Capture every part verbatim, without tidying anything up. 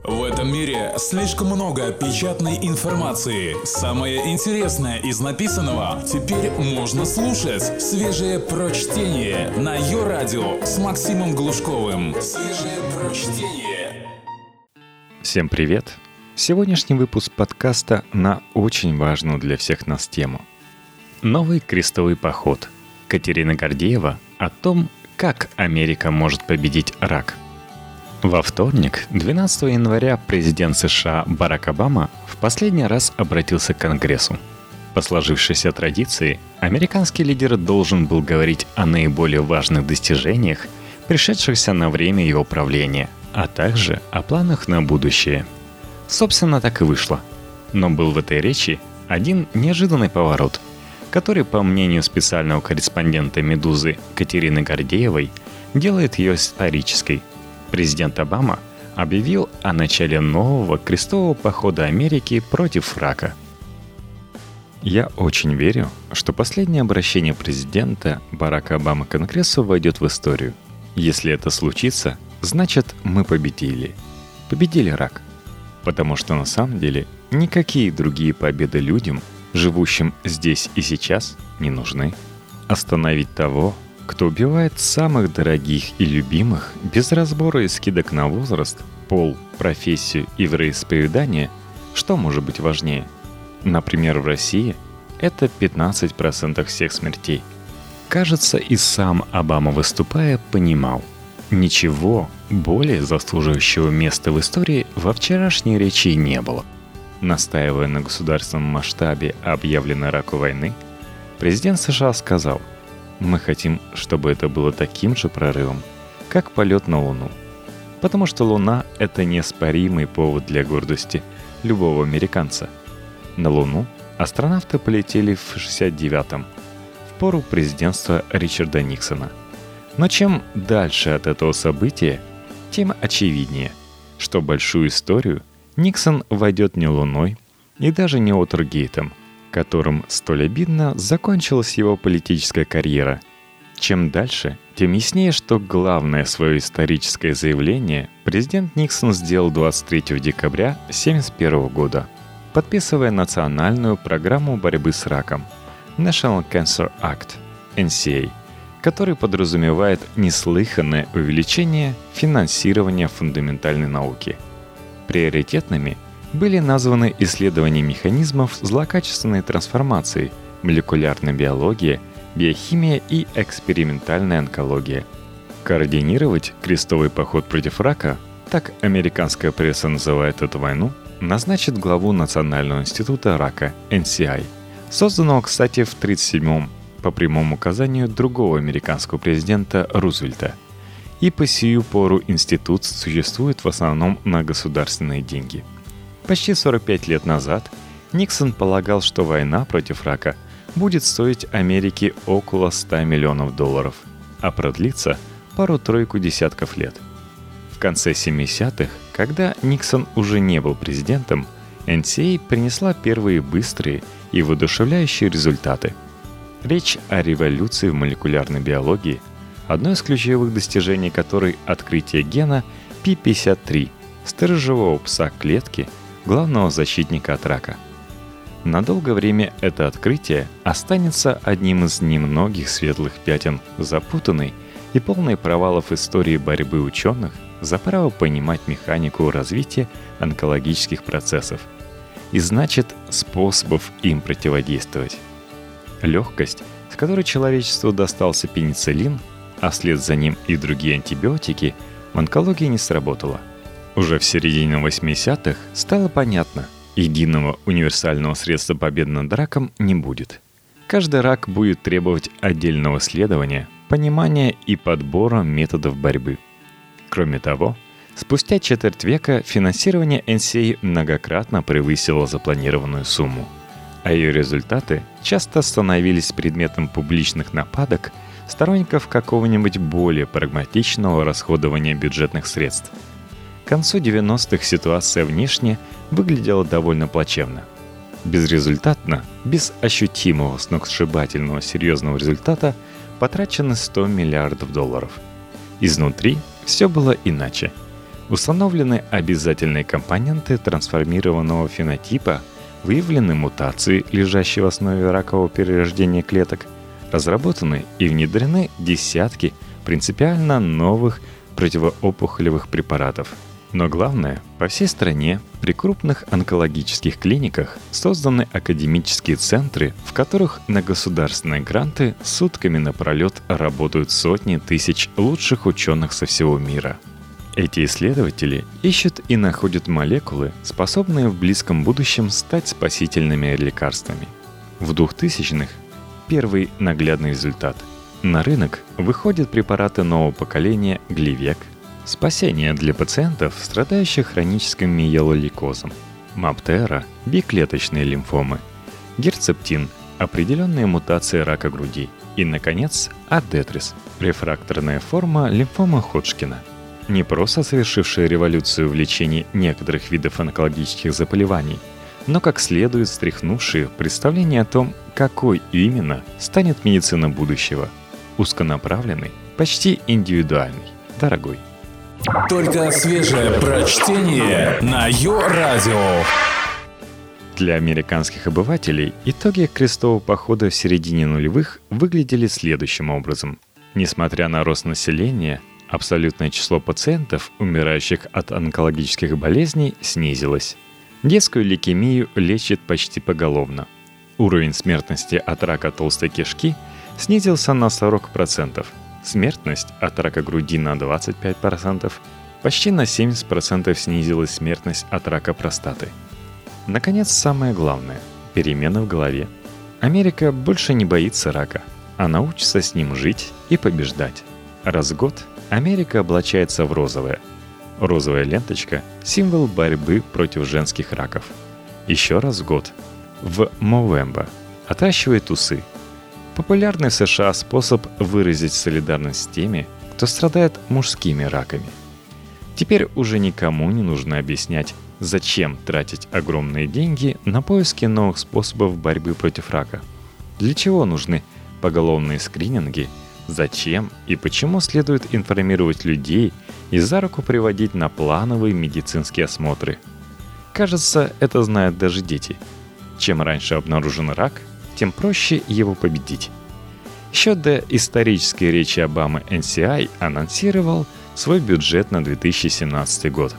В этом мире слишком много печатной информации. Самое интересное из написанного теперь можно слушать. Свежее прочтение на Ё-радио с Максимом Глушковым. Свежее прочтение. Всем привет! Сегодняшний выпуск подкаста на очень важную для всех нас тему. Новый крестовый поход. Катерина Гордеева о том, как Америка может победить рак. Во вторник, двенадцатого января, президент США Барак Обама в последний раз обратился к Конгрессу. По сложившейся традиции, американский лидер должен был говорить о наиболее важных достижениях, пришедшихся на время его правления, а также о планах на будущее. Собственно, так и вышло. Но был в этой речи один неожиданный поворот, который, по мнению специального корреспондента «Медузы» Катерины Гордеевой, делает ее исторической. Президент Обама объявил о начале нового крестового похода Америки против рака. Я очень верю, что последнее обращение президента Барака Обамы к Конгрессу войдет в историю. Если это случится, значит, мы победили. Победили рак. Потому что на самом деле никакие другие победы людям, живущим здесь и сейчас, не нужны. Остановить того, кто убивает самых дорогих и любимых, без разбора и скидок на возраст, пол, профессию и вероисповедание, что может быть важнее? Например, в России это пятнадцать процентов всех смертей. Кажется, и сам Обама, выступая, понимал, ничего более заслуживающего места в истории во вчерашней речи не было. Настаивая на государственном масштабе объявленной раку войны, президент США сказал: «Мы хотим, чтобы это было таким же прорывом, как полет на Луну. Потому что Луна — это неоспоримый повод для гордости любого американца. На Луну астронавты полетели в шестьдесят девятом, в пору президентства Ричарда Никсона. Но чем дальше от этого события, тем очевиднее, что большую историю Никсон войдет не Луной и даже не Уотергейтом, которым столь обидно закончилась его политическая карьера. Чем дальше, тем яснее, что главное свое историческое заявление президент Никсон сделал двадцать третьего декабря тысяча девятьсот семьдесят первого года, подписывая национальную программу борьбы с раком National Cancer Act, эн си эй, который подразумевает неслыханное увеличение финансирования фундаментальной науки. Приоритетными были названы исследования механизмов злокачественной трансформации, молекулярная биология, биохимия и экспериментальная онкология. Координировать крестовый поход против рака, так американская пресса называет эту войну, назначит главу Национального института рака эн си ай, созданного, кстати, в тридцать седьмом по прямому указанию другого американского президента Рузвельта. И по сию пору институт существует в основном на государственные деньги. Почти сорок пять лет назад Никсон полагал, что война против рака будет стоить Америке около ста миллионов долларов, а продлится пару-тройку десятков лет. В конце семидесятых, когда Никсон уже не был президентом, эн си эй принесла первые быстрые и воодушевляющие результаты. Речь о революции в молекулярной биологии, одно из ключевых достижений которой открытие гена пи пятьдесят три, сторожевого пса клетки, главного защитника от рака. На долгое время это открытие останется одним из немногих светлых пятен запутанной и полной провалов истории борьбы ученых за право понимать механику развития онкологических процессов и, значит, способов им противодействовать. Легкость, с которой человечеству достался пенициллин, а вслед за ним и другие антибиотики, в онкологии не сработала. Уже в середине восьмидесятых стало понятно, единого универсального средства победы над раком не будет. Каждый рак будет требовать отдельного исследования, понимания и подбора методов борьбы. Кроме того, спустя четверть века финансирование эн си эй многократно превысило запланированную сумму, а ее результаты часто становились предметом публичных нападок сторонников какого-нибудь более прагматичного расходования бюджетных средств. К концу девяностых ситуация внешне выглядела довольно плачевно. Безрезультатно, без ощутимого сногсшибательного серьезного результата потрачено сто миллиардов долларов. Изнутри все было иначе. Установлены обязательные компоненты трансформированного фенотипа, выявлены мутации, лежащие в основе ракового перерождения клеток, разработаны и внедрены десятки принципиально новых противоопухолевых препаратов. Но главное, по всей стране при крупных онкологических клиниках созданы академические центры, в которых на государственные гранты сутками напролет работают сотни тысяч лучших ученых со всего мира. Эти исследователи ищут и находят молекулы, способные в близком будущем стать спасительными лекарствами. В двухтысячных первый наглядный результат. На рынок выходят препараты нового поколения Гливек, спасение для пациентов, страдающих хроническим миелолейкозом, Маптера, биклеточные лимфомы, Герцептин, определенные мутации рака груди и, наконец, Адетрис, рефракторная форма лимфомы Ходжкина. Не просто совершившая революцию в лечении некоторых видов онкологических заболеваний, но как следует стряхнувшие представление о том, какой именно станет медицина будущего. Узконаправленный, почти индивидуальный, дорогой. Только свежее прочтение на Йо-Радио. Для американских обывателей итоги крестового похода в середине нулевых выглядели следующим образом. Несмотря на рост населения, абсолютное число пациентов, умирающих от онкологических болезней, снизилось. Детскую лейкемию лечат почти поголовно. Уровень смертности от рака толстой кишки снизился на сорок процентов. Смертность от рака груди на двадцать пять процентов, почти на семьдесят процентов снизилась смертность от рака простаты. Наконец, самое главное – перемены в голове. Америка больше не боится рака, а научится с ним жить и побеждать. Раз в год Америка облачается в розовое. Розовая ленточка – символ борьбы против женских раков. Еще раз в год в Movember отращивает усы. Популярный в США способ выразить солидарность с теми, кто страдает мужскими раками. Теперь уже никому не нужно объяснять, зачем тратить огромные деньги на поиски новых способов борьбы против рака. Для чего нужны поголовные скрининги, зачем и почему следует информировать людей и за руку приводить на плановые медицинские осмотры. Кажется, это знают даже дети. Чем раньше обнаружен рак, тем проще его победить. Еще до исторической речи Обамы эн си ай анонсировал свой бюджет на две тысячи семнадцатый год.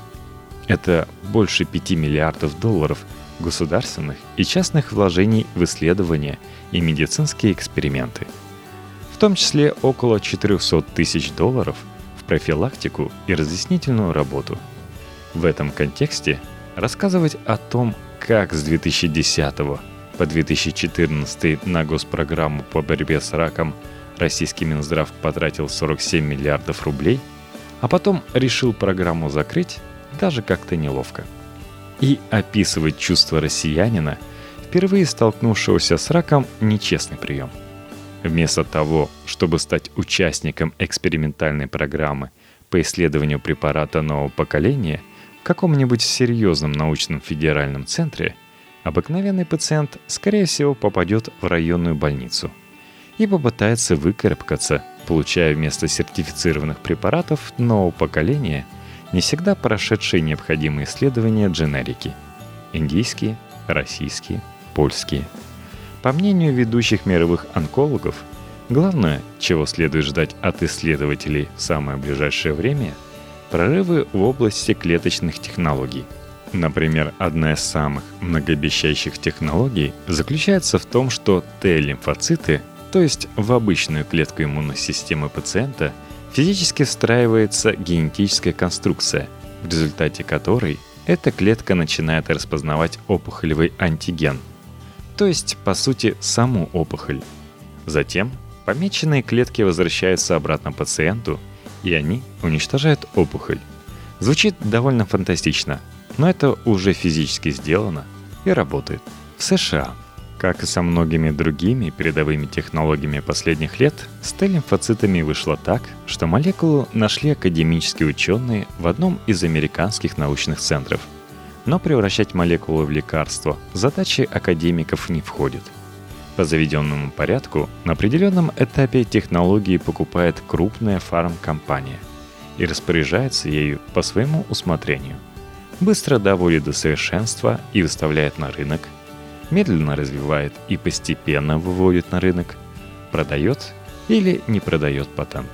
Это больше пяти миллиардов долларов государственных и частных вложений в исследования и медицинские эксперименты. В том числе около четыреста тысяч долларов в профилактику и разъяснительную работу. В этом контексте рассказывать о том, как с две тысячи десятого по две тысячи четырнадцатый на госпрограмму по борьбе с раком российский Минздрав потратил сорок семь миллиардов рублей, а потом решил программу закрыть, даже как-то неловко. И описывать чувства россиянина, впервые столкнувшегося с раком, нечестный прием. Вместо того, чтобы стать участником экспериментальной программы по исследованию препарата нового поколения в каком-нибудь серьезном научном федеральном центре, обыкновенный пациент, скорее всего, попадет в районную больницу и попытается выкарабкаться, получая вместо сертифицированных препаратов нового поколения не всегда прошедшие необходимые исследования дженерики – индийские, российские, польские. По мнению ведущих мировых онкологов, главное, чего следует ждать от исследователей в самое ближайшее время – прорывы в области клеточных технологий. Например, одна из самых многообещающих технологий заключается в том, что Т-лимфоциты, то есть в обычную клетку иммунной системы пациента, физически встраивается генетическая конструкция, в результате которой эта клетка начинает распознавать опухолевый антиген, то есть, по сути, саму опухоль. Затем помеченные клетки возвращаются обратно пациенту, и они уничтожают опухоль. Звучит довольно фантастично, но это уже физически сделано и работает. В США, как и со многими другими передовыми технологиями последних лет, с Т-лимфоцитами вышло так, что молекулу нашли академические ученые в одном из американских научных центров. Но превращать молекулу в лекарство в задачи академиков не входит. По заведенному порядку на определенном этапе технологии покупает крупная фармкомпания. и распоряжается ею по своему усмотрению. Быстро доводит до совершенства и выставляет на рынок, медленно развивает и постепенно выводит на рынок, продает или не продает патент.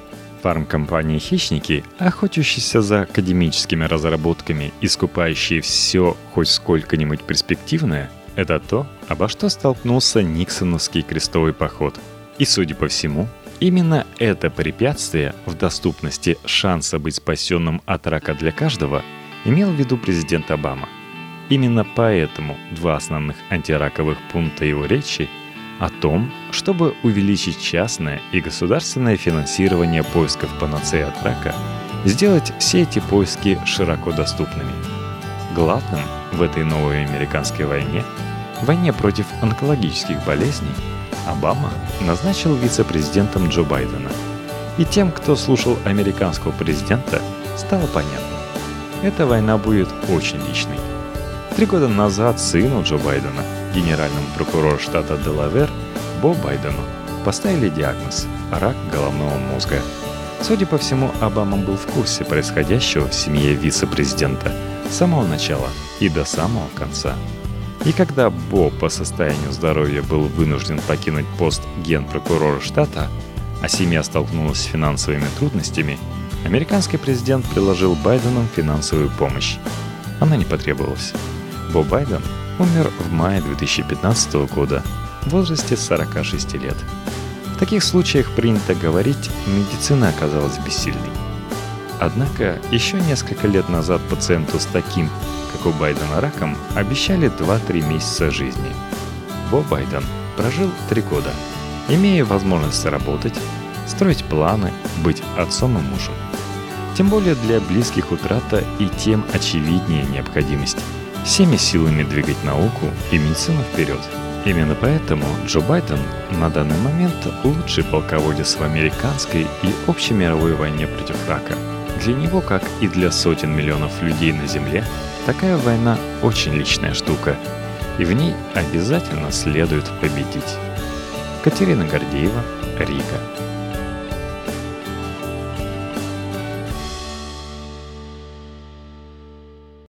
Фармкомпании-хищники, охотящиеся за академическими разработками и скупающие все хоть сколько-нибудь перспективное, это то, обо что столкнулся Никсоновский крестовый поход. И, судя по всему, именно это препятствие в доступности шанса быть спасенным от рака для каждого имел в виду президент Обама. Именно поэтому два основных антираковых пункта его речи о том, чтобы увеличить частное и государственное финансирование поисков панацеи от рака, сделать все эти поиски широко доступными. Главным в этой новой американской войне, войне против онкологических болезней, Обама назначил вице-президентом Джо Байдена. И тем, кто слушал американского президента, стало понятно. Эта война будет очень личной. Три года назад сыну Джо Байдена, генеральному прокурору штата Делавэр, Бо Байдену, поставили диагноз – рак головного мозга. Судя по всему, Обама был в курсе происходящего в семье вице-президента с самого начала и до самого конца. И когда Бо по состоянию здоровья был вынужден покинуть пост генпрокурора штата, а семья столкнулась с финансовыми трудностями, американский президент предложил Байдену финансовую помощь. Она не потребовалась. Бо Байден умер в мае две тысячи пятнадцатого года в возрасте сорока шести лет. В таких случаях принято говорить, медицина оказалась бессильной. Однако еще несколько лет назад пациенту с таким, как у Байдена, раком обещали два-три месяца жизни. Бо Байден прожил три года, имея возможность работать, строить планы, быть отцом и мужем. Тем более для близких утрата и тем очевиднее необходимость всеми силами двигать науку и медицину вперед. Именно поэтому Джо Байден на данный момент лучший полководец в американской и общемировой войне против рака. Для него, как и для сотен миллионов людей на Земле, такая война очень личная штука, и в ней обязательно следует победить. Катерина Гордеева, Рига.